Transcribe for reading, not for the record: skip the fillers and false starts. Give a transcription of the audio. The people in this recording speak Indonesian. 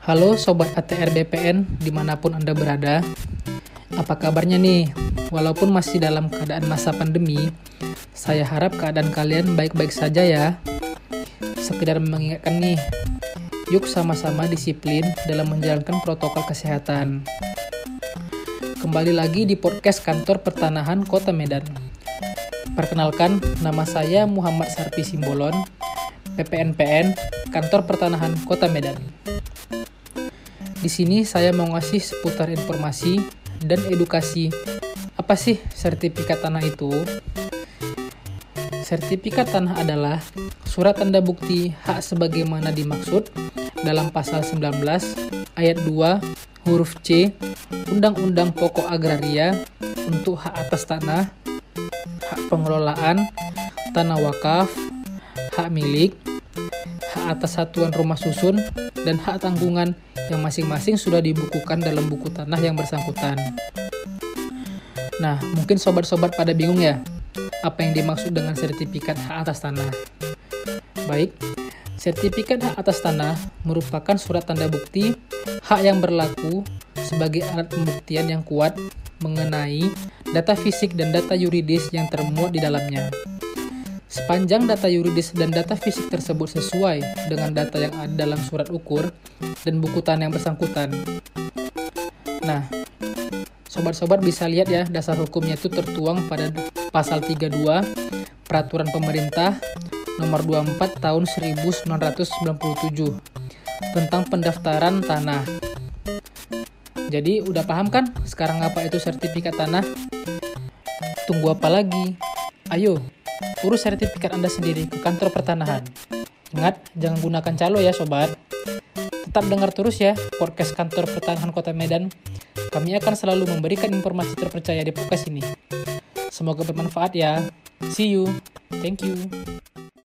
Halo Sobat ATR BPN dimanapun Anda berada. Apa kabarnya nih? Walaupun masih dalam keadaan masa pandemi, saya harap keadaan kalian baik-baik saja ya. Sekedar mengingatkan nih, yuk sama-sama disiplin dalam menjalankan protokol kesehatan. Kembali lagi di podcast Kantor Pertanahan Kota Medan. Perkenalkan, nama saya Muhammad Sarpi Simbolon, PPNPN, Kantor Pertanahan Kota Medan. Di sini saya mau ngasih seputar informasi dan edukasi. Apa sih sertifikat tanah itu? Sertifikat tanah adalah surat tanda bukti hak sebagaimana dimaksud dalam pasal 19 ayat 2 huruf C Undang-Undang Pokok Agraria untuk hak atas tanah, hak pengelolaan, tanah wakaf, hak milik, hak atas satuan rumah susun, dan hak tanggungan yang masing-masing sudah dibukukan dalam buku tanah yang bersangkutan. Nah, mungkin sobat-sobat pada bingung ya, apa yang dimaksud dengan sertifikat hak atas tanah? Baik, sertifikat hak atas tanah merupakan surat tanda bukti hak yang berlaku sebagai alat pembuktian yang kuat mengenai data fisik dan data yuridis yang termuat di dalamnya. Sepanjang data yuridis dan data fisik tersebut sesuai dengan data yang ada dalam surat ukur dan buku tanah yang bersangkutan. Nah, sobat-sobat bisa lihat ya, dasar hukumnya itu tertuang pada pasal 32 Peraturan Pemerintah Nomor 24 Tahun 1997 tentang pendaftaran tanah. Jadi udah paham kan sekarang apa itu sertifikat tanah? Tunggu apa lagi? Ayo, urus sertifikat Anda sendiri ke kantor pertanahan. Ingat, jangan gunakan calo ya sobat. Tetap dengar terus ya podcast Kantor Pertanahan Kota Medan. Kami akan selalu memberikan informasi terpercaya di podcast ini. Semoga bermanfaat ya. See you. Thank you.